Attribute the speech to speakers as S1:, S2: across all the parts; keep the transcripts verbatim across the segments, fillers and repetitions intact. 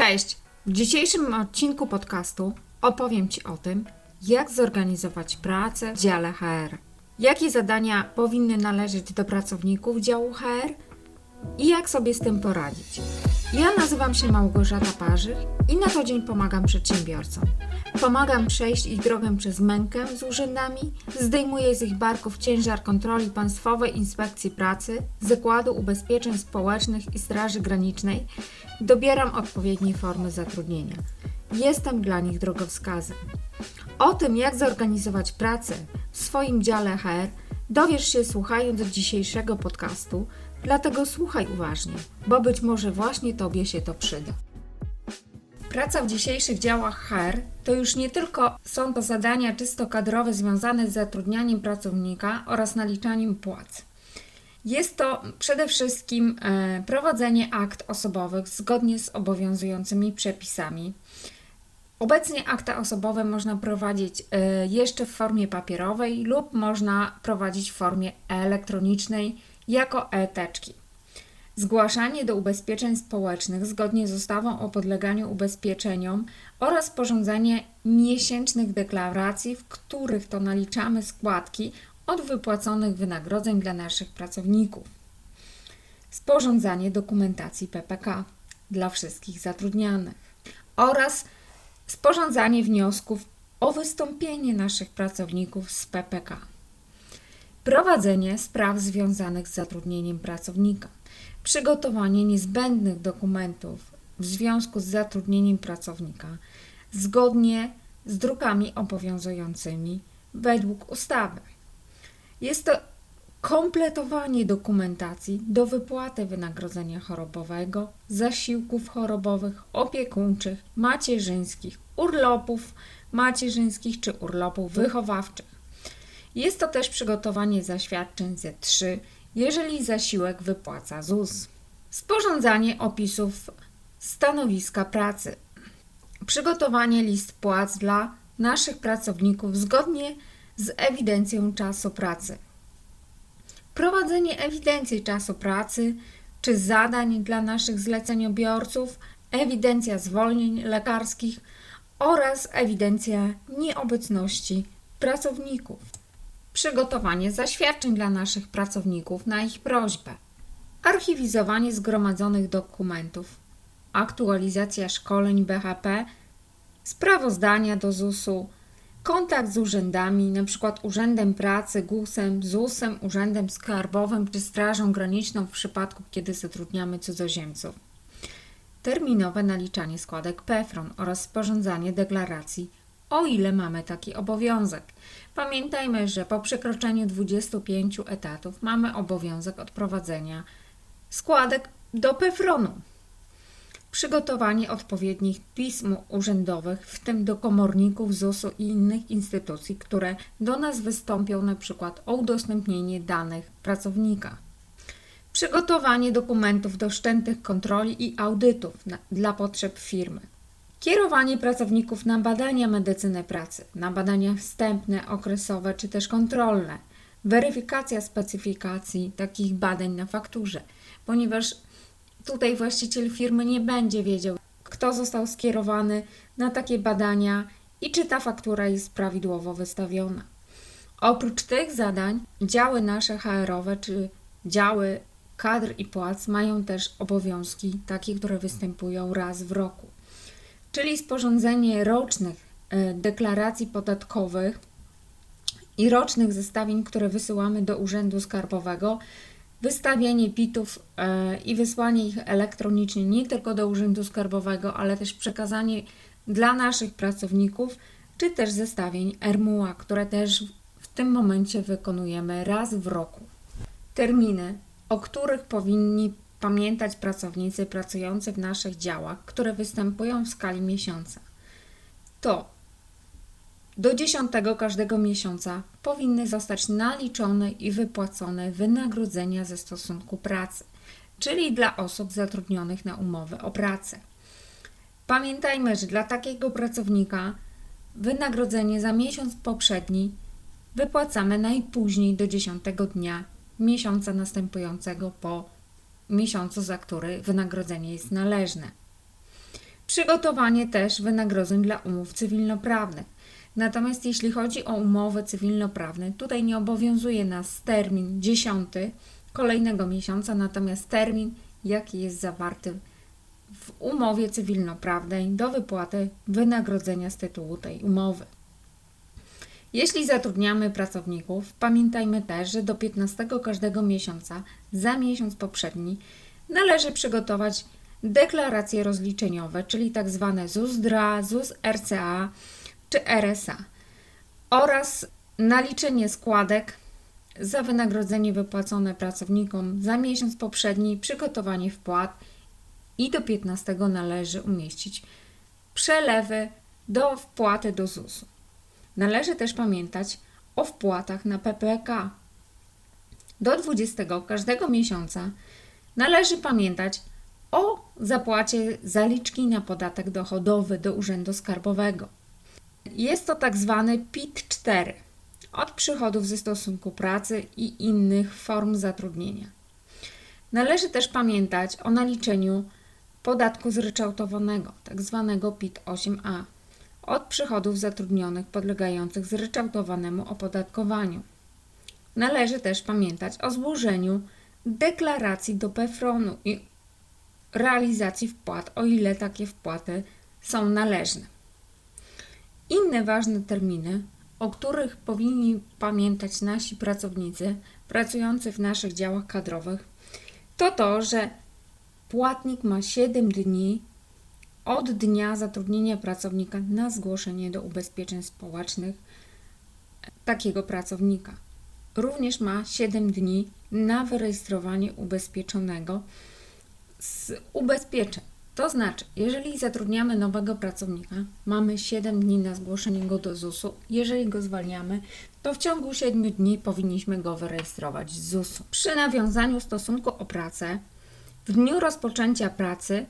S1: Cześć! W dzisiejszym odcinku podcastu opowiem Ci o tym, jak zorganizować pracę w dziale H R. Jakie zadania powinny należeć do pracowników działu H R i jak sobie z tym poradzić. Ja nazywam się Małgorzata Parzyk i na co dzień pomagam przedsiębiorcom. Pomagam przejść ich drogę przez mękę z urzędami, zdejmuję z ich barków ciężar kontroli Państwowej Inspekcji Pracy, Zakładu Ubezpieczeń Społecznych i Straży Granicznej, dobieram odpowiednie formy zatrudnienia. Jestem dla nich drogowskazem. O tym, jak zorganizować pracę w swoim dziale H R, dowiesz się słuchając dzisiejszego podcastu, dlatego słuchaj uważnie, bo być może właśnie Tobie się to przyda. Praca w dzisiejszych działach H R to już nie tylko są to zadania czysto kadrowe związane z zatrudnianiem pracownika oraz naliczaniem płac. Jest to przede wszystkim e, prowadzenie akt osobowych zgodnie z obowiązującymi przepisami. Obecnie akta osobowe można prowadzić e, jeszcze w formie papierowej lub można prowadzić w formie elektronicznej jako e-teczki. Zgłaszanie do ubezpieczeń społecznych zgodnie z ustawą o podleganiu ubezpieczeniom oraz sporządzanie miesięcznych deklaracji, w których to naliczamy składki od wypłaconych wynagrodzeń dla naszych pracowników. Sporządzanie dokumentacji P P K dla wszystkich zatrudnianych oraz sporządzanie wniosków o wystąpienie naszych pracowników z P P K. Prowadzenie spraw związanych z zatrudnieniem pracownika. Przygotowanie niezbędnych dokumentów w związku z zatrudnieniem pracownika zgodnie z drukami obowiązującymi według ustawy. Jest to kompletowanie dokumentacji do wypłaty wynagrodzenia chorobowego, zasiłków chorobowych, opiekuńczych, macierzyńskich, urlopów macierzyńskich czy urlopów wychowawczych. Jest to też przygotowanie zaświadczeń Z trzy, jeżeli zasiłek wypłaca Z U S. Sporządzanie opisów stanowiska pracy. Przygotowanie list płac dla naszych pracowników zgodnie z ewidencją czasu pracy. Prowadzenie ewidencji czasu pracy czy zadań dla naszych zleceniobiorców, ewidencja zwolnień lekarskich oraz ewidencja nieobecności pracowników. Przygotowanie zaświadczeń dla naszych pracowników na ich prośbę. Archiwizowanie zgromadzonych dokumentów. Aktualizacja szkoleń B H P, sprawozdania do Z U S-u, kontakt z urzędami, np. Urzędem Pracy, G U S-em, Z U S-em, Urzędem Skarbowym czy Strażą Graniczną w przypadku, kiedy zatrudniamy cudzoziemców. Terminowe naliczanie składek P F R O N oraz sporządzanie deklaracji, o ile mamy taki obowiązek. Pamiętajmy, że po przekroczeniu dwudziestu pięciu etatów mamy obowiązek odprowadzenia składek do P F R O N-u. Przygotowanie odpowiednich pism urzędowych, w tym do komorników Z U S-u i innych instytucji, które do nas wystąpią np. o udostępnienie danych pracownika. Przygotowanie dokumentów do wszczętych kontroli i audytów na, dla potrzeb firmy. Kierowanie pracowników na badania medycyny pracy, na badania wstępne, okresowe czy też kontrolne. Weryfikacja specyfikacji takich badań na fakturze, ponieważ tutaj właściciel firmy nie będzie wiedział, kto został skierowany na takie badania i czy ta faktura jest prawidłowo wystawiona. Oprócz tych zadań, działy nasze H R-owe czy działy kadr i płac mają też obowiązki takie, które występują raz w roku. Czyli sporządzenie rocznych deklaracji podatkowych i rocznych zestawień, które wysyłamy do Urzędu Skarbowego, wystawienie pitów i wysłanie ich elektronicznie nie tylko do Urzędu Skarbowego, ale też przekazanie dla naszych pracowników, czy też zestawień R M U A, które też w tym momencie wykonujemy raz w roku. Terminy, o których powinni pamiętać pracownicy pracujący w naszych działach, które występują w skali miesiąca. To do dziesiątego każdego miesiąca powinny zostać naliczone i wypłacone wynagrodzenia ze stosunku pracy, czyli dla osób zatrudnionych na umowę o pracę. Pamiętajmy, że dla takiego pracownika wynagrodzenie za miesiąc poprzedni wypłacamy najpóźniej do dziesiątego dnia miesiąca następującego po miesiącu, za który wynagrodzenie jest należne. Przygotowanie też wynagrodzeń dla umów cywilnoprawnych. Natomiast jeśli chodzi o umowy cywilnoprawne, tutaj nie obowiązuje nas termin dziesiąty kolejnego miesiąca, natomiast termin, jaki jest zawarty w umowie cywilnoprawnej do wypłaty wynagrodzenia z tytułu tej umowy. Jeśli zatrudniamy pracowników, pamiętajmy też, że do piętnastego każdego miesiąca za miesiąc poprzedni należy przygotować deklaracje rozliczeniowe, czyli tak zwane Z U S D R A, Z U S R C A czy R S A oraz naliczenie składek za wynagrodzenie wypłacone pracownikom za miesiąc poprzedni, przygotowanie wpłat i do piętnastego należy umieścić przelewy do wpłaty do Z U S u. Należy też pamiętać o wpłatach na P P K. Do dwudziestego każdego miesiąca należy pamiętać o zapłacie zaliczki na podatek dochodowy do Urzędu Skarbowego. Jest to tak zwany P I T cztery od przychodów ze stosunku pracy i innych form zatrudnienia. Należy też pamiętać o naliczeniu podatku zryczałtowanego, tak zwanego P I T osiem A, od przychodów zatrudnionych podlegających zryczałtowanemu opodatkowaniu. Należy też pamiętać o złożeniu deklaracji do P F R O N u i realizacji wpłat, o ile takie wpłaty są należne. Inne ważne terminy, o których powinni pamiętać nasi pracownicy pracujący w naszych działach kadrowych, to to, że płatnik ma siedem dni od dnia zatrudnienia pracownika na zgłoszenie do ubezpieczeń społecznych takiego pracownika. Również ma siedem dni na wyrejestrowanie ubezpieczonego z ubezpieczeń. To znaczy, jeżeli zatrudniamy nowego pracownika, mamy siedem dni na zgłoszenie go do Z U S u. Jeżeli go zwalniamy, to w ciągu siedmiu dni powinniśmy go wyrejestrować z Z U S u. Przy nawiązaniu stosunku o pracę, w dniu rozpoczęcia pracy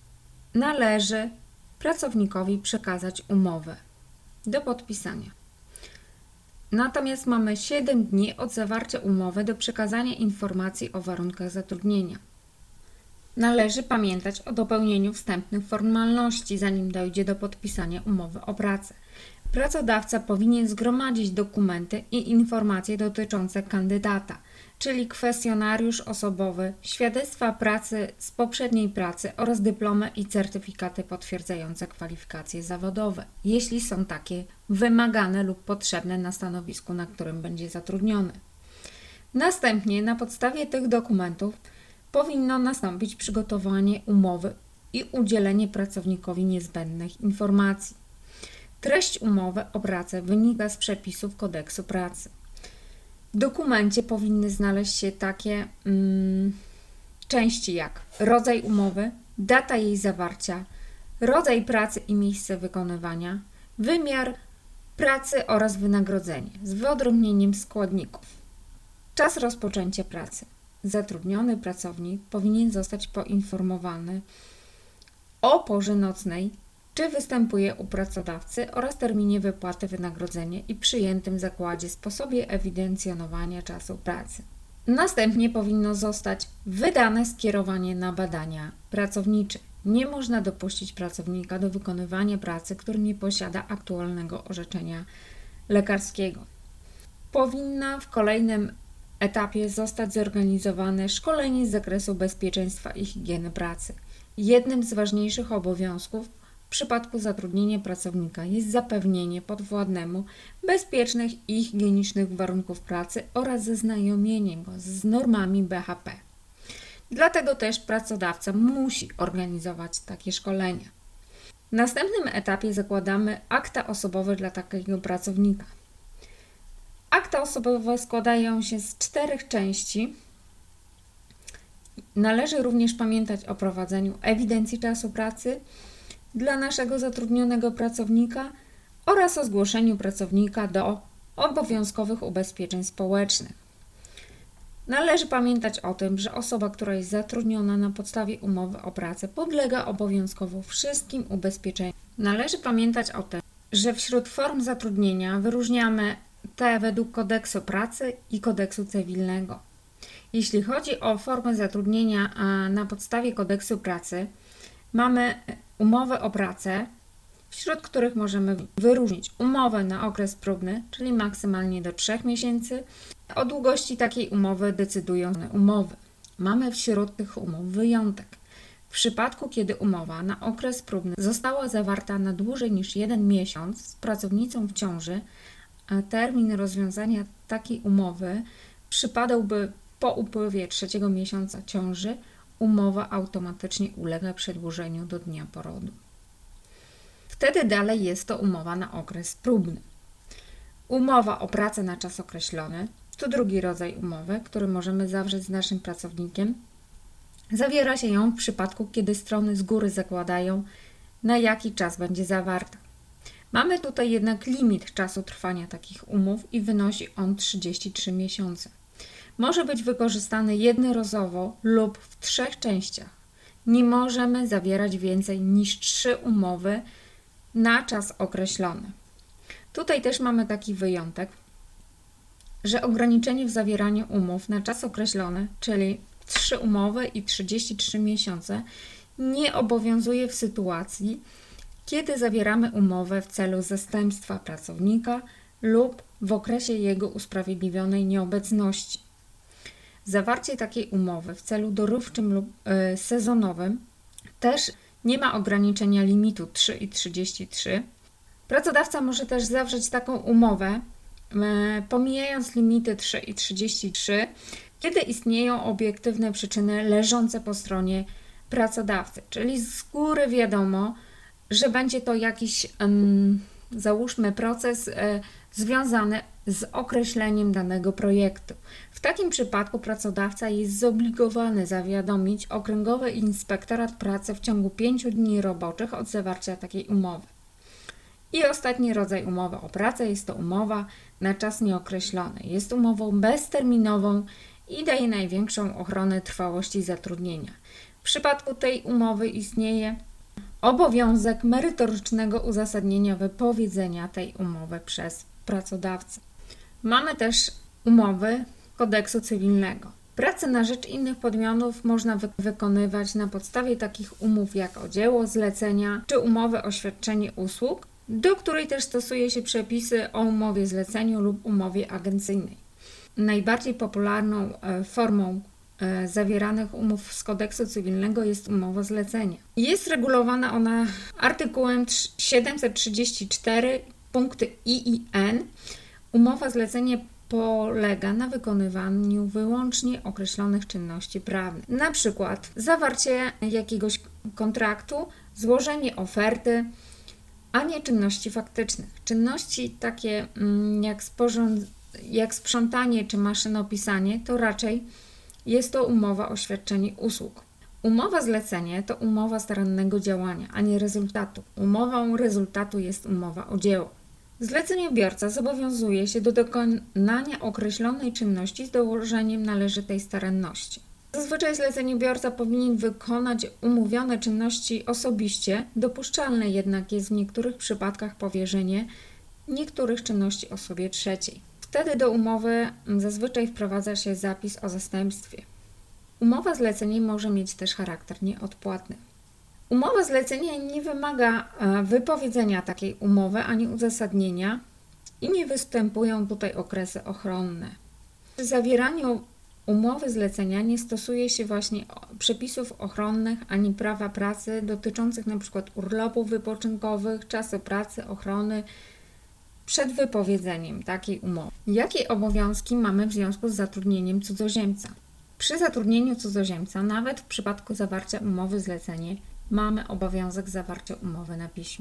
S1: należy pracownikowi przekazać umowę do podpisania. Natomiast mamy siedem dni od zawarcia umowy do przekazania informacji o warunkach zatrudnienia. Należy pamiętać o dopełnieniu wstępnych formalności, zanim dojdzie do podpisania umowy o pracę. Pracodawca powinien zgromadzić dokumenty i informacje dotyczące kandydata, czyli kwestionariusz osobowy, świadectwa pracy z poprzedniej pracy oraz dyplomy i certyfikaty potwierdzające kwalifikacje zawodowe, jeśli są takie wymagane lub potrzebne na stanowisku, na którym będzie zatrudniony. Następnie na podstawie tych dokumentów powinno nastąpić przygotowanie umowy i udzielenie pracownikowi niezbędnych informacji. Treść umowy o pracę wynika z przepisów Kodeksu pracy. W dokumencie powinny znaleźć się takie mm, części jak rodzaj umowy, data jej zawarcia, rodzaj pracy i miejsce wykonywania, wymiar pracy oraz wynagrodzenie z wyodrębnieniem składników. Czas rozpoczęcia pracy. Zatrudniony pracownik powinien zostać poinformowany o porze nocnej, czy występuje u pracodawcy oraz terminie wypłaty wynagrodzenia i przyjętym zakładzie sposobie ewidencjonowania czasu pracy. Następnie powinno zostać wydane skierowanie na badania pracownicze. Nie można dopuścić pracownika do wykonywania pracy, który nie posiada aktualnego orzeczenia lekarskiego. Powinna w kolejnym etapie zostać zorganizowane szkolenie z zakresu bezpieczeństwa i higieny pracy. Jednym z ważniejszych obowiązków w przypadku zatrudnienia pracownika jest zapewnienie podwładnemu bezpiecznych i higienicznych warunków pracy oraz zaznajomienie go z normami B H P. Dlatego też pracodawca musi organizować takie szkolenia. W następnym etapie zakładamy akta osobowe dla takiego pracownika. Akta osobowe składają się z czterech części. Należy również pamiętać o prowadzeniu ewidencji czasu pracy dla naszego zatrudnionego pracownika oraz o zgłoszeniu pracownika do obowiązkowych ubezpieczeń społecznych. Należy pamiętać o tym, że osoba, która jest zatrudniona na podstawie umowy o pracę, podlega obowiązkowo wszystkim ubezpieczeniom. Należy pamiętać o tym, że wśród form zatrudnienia wyróżniamy te według Kodeksu pracy i Kodeksu cywilnego. Jeśli chodzi o formę zatrudnienia na podstawie Kodeksu pracy, mamy umowy o pracę, wśród których możemy wyróżnić umowę na okres próbny, czyli maksymalnie do trzech miesięcy. O długości takiej umowy decydują umowy. Mamy wśród tych umów wyjątek. W przypadku, kiedy umowa na okres próbny została zawarta na dłużej niż jeden miesiąc z pracownicą w ciąży, a termin rozwiązania takiej umowy przypadałby po upływie trzeciego miesiąca ciąży, umowa automatycznie ulega przedłużeniu do dnia porodu. Wtedy dalej jest to umowa na okres próbny. Umowa o pracę na czas określony to drugi rodzaj umowy, który możemy zawrzeć z naszym pracownikiem. Zawiera się ją w przypadku, kiedy strony z góry zakładają, na jaki czas będzie zawarta. Mamy tutaj jednak limit czasu trwania takich umów i wynosi on trzydzieści trzy miesiące. Może być wykorzystany jednorazowo lub w trzech częściach. Nie możemy zawierać więcej niż trzy umowy na czas określony. Tutaj też mamy taki wyjątek, że ograniczenie w zawieraniu umów na czas określony, czyli trzy umowy i trzydzieści trzy miesiące, nie obowiązuje w sytuacji, kiedy zawieramy umowę w celu zastępstwa pracownika lub w okresie jego usprawiedliwionej nieobecności. Zawarcie takiej umowy w celu dorywczym lub y, sezonowym też nie ma ograniczenia limitu trzy i trzydzieści trzy. Pracodawca może też zawrzeć taką umowę, y, pomijając limity trzy i trzydzieści trzy, kiedy istnieją obiektywne przyczyny leżące po stronie pracodawcy, czyli z góry wiadomo, że będzie to jakiś, um, załóżmy, proces e, związany z określeniem danego projektu. W takim przypadku pracodawca jest zobligowany zawiadomić Okręgowy Inspektorat Pracy w ciągu pięciu dni roboczych od zawarcia takiej umowy. I ostatni rodzaj umowy o pracę jest to umowa na czas nieokreślony. Jest umową bezterminową i daje największą ochronę trwałości zatrudnienia. W przypadku tej umowy istnieje obowiązek merytorycznego uzasadnienia wypowiedzenia tej umowy przez pracodawcę. Mamy też umowy kodeksu cywilnego. Pracę na rzecz innych podmiotów można wy- wykonywać na podstawie takich umów jak o dzieło, zlecenia czy umowy o świadczenie usług, do której też stosuje się przepisy o umowie zleceniu lub umowie agencyjnej. Najbardziej popularną e, formą e, zawieranych umów z kodeksu cywilnego jest umowa zlecenia. Jest regulowana ona artykułem siedemset trzydzieści cztery punkty I i N. Umowa zlecenia polega na wykonywaniu wyłącznie określonych czynności prawnych. Na przykład zawarcie jakiegoś kontraktu, złożenie oferty, a nie czynności faktycznych. Czynności takie jak, sporząd- jak sprzątanie czy maszynopisanie to raczej jest to umowa o świadczenie usług. Umowa zlecenie to umowa starannego działania, a nie rezultatu. Umową rezultatu jest umowa o dzieło. Zleceniobiorca zobowiązuje się do dokonania określonej czynności z dołożeniem należytej staranności. Zazwyczaj zleceniobiorca powinien wykonać umówione czynności osobiście, dopuszczalne jednak jest w niektórych przypadkach powierzenie niektórych czynności osobie trzeciej. Wtedy do umowy zazwyczaj wprowadza się zapis o zastępstwie. Umowa zlecenia może mieć też charakter nieodpłatny. Umowa zlecenia nie wymaga wypowiedzenia takiej umowy ani uzasadnienia i nie występują tutaj okresy ochronne. Przy zawieraniu umowy zlecenia nie stosuje się właśnie przepisów ochronnych ani prawa pracy dotyczących np. urlopów wypoczynkowych, czasu pracy, ochrony przed wypowiedzeniem takiej umowy. Jakie obowiązki mamy w związku z zatrudnieniem cudzoziemca? Przy zatrudnieniu cudzoziemca, nawet w przypadku zawarcia umowy zlecenia, mamy obowiązek zawarcia umowy na piśmie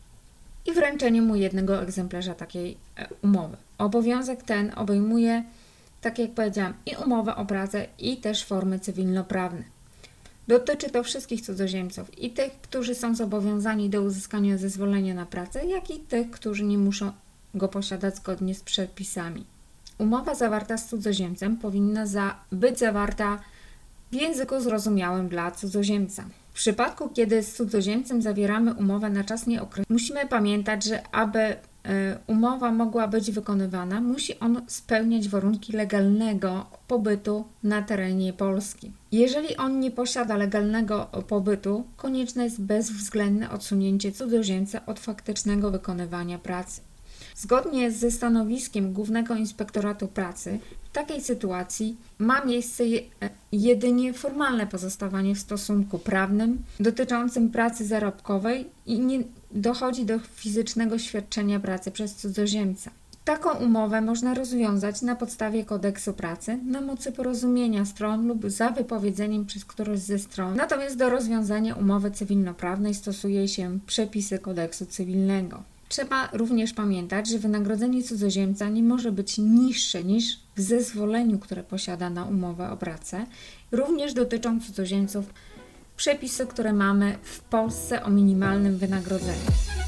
S1: i wręczenie mu jednego egzemplarza takiej umowy. Obowiązek ten obejmuje, tak jak powiedziałam, i umowę o pracę, i też formy cywilnoprawne. Dotyczy to wszystkich cudzoziemców, i tych, którzy są zobowiązani do uzyskania zezwolenia na pracę, jak i tych, którzy nie muszą go posiadać zgodnie z przepisami. Umowa zawarta z cudzoziemcem powinna za, być zawarta w języku zrozumiałym dla cudzoziemca. W przypadku, kiedy z cudzoziemcem zawieramy umowę na czas nieokreślony, musimy pamiętać, że aby umowa mogła być wykonywana, musi on spełniać warunki legalnego pobytu na terenie Polski. Jeżeli on nie posiada legalnego pobytu, konieczne jest bezwzględne odsunięcie cudzoziemca od faktycznego wykonywania pracy. Zgodnie ze stanowiskiem Głównego Inspektoratu Pracy, w takiej sytuacji ma miejsce jedynie formalne pozostawanie w stosunku prawnym dotyczącym pracy zarobkowej i nie dochodzi do fizycznego świadczenia pracy przez cudzoziemca. Taką umowę można rozwiązać na podstawie kodeksu pracy na mocy porozumienia stron lub za wypowiedzeniem przez którąś ze stron. Natomiast do rozwiązania umowy cywilnoprawnej stosuje się przepisy kodeksu cywilnego. Trzeba również pamiętać, że wynagrodzenie cudzoziemca nie może być niższe niż w zezwoleniu, które posiada na umowę o pracę. Również dotyczą cudzoziemców przepisy, które mamy w Polsce o minimalnym wynagrodzeniu.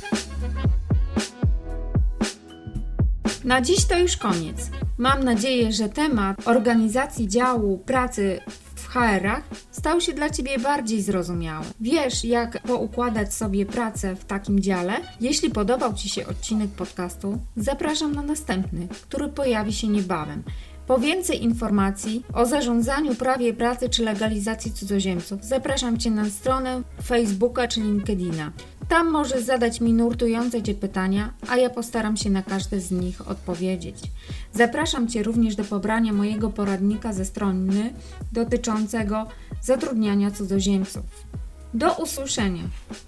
S1: Na dziś to już koniec. Mam nadzieję, że temat organizacji działu pracy w H R-ach stał się dla Ciebie bardziej zrozumiały. Wiesz, jak poukładać sobie pracę w takim dziale? Jeśli podobał Ci się odcinek podcastu, zapraszam na następny, który pojawi się niebawem. Po więcej informacji o zarządzaniu, prawie pracy czy legalizacji cudzoziemców zapraszam Cię na stronę Facebooka czy LinkedIna. Tam możesz zadać mi nurtujące Cię pytania, a ja postaram się na każde z nich odpowiedzieć. Zapraszam Cię również do pobrania mojego poradnika ze strony dotyczącego zatrudniania cudzoziemców. Do usłyszenia!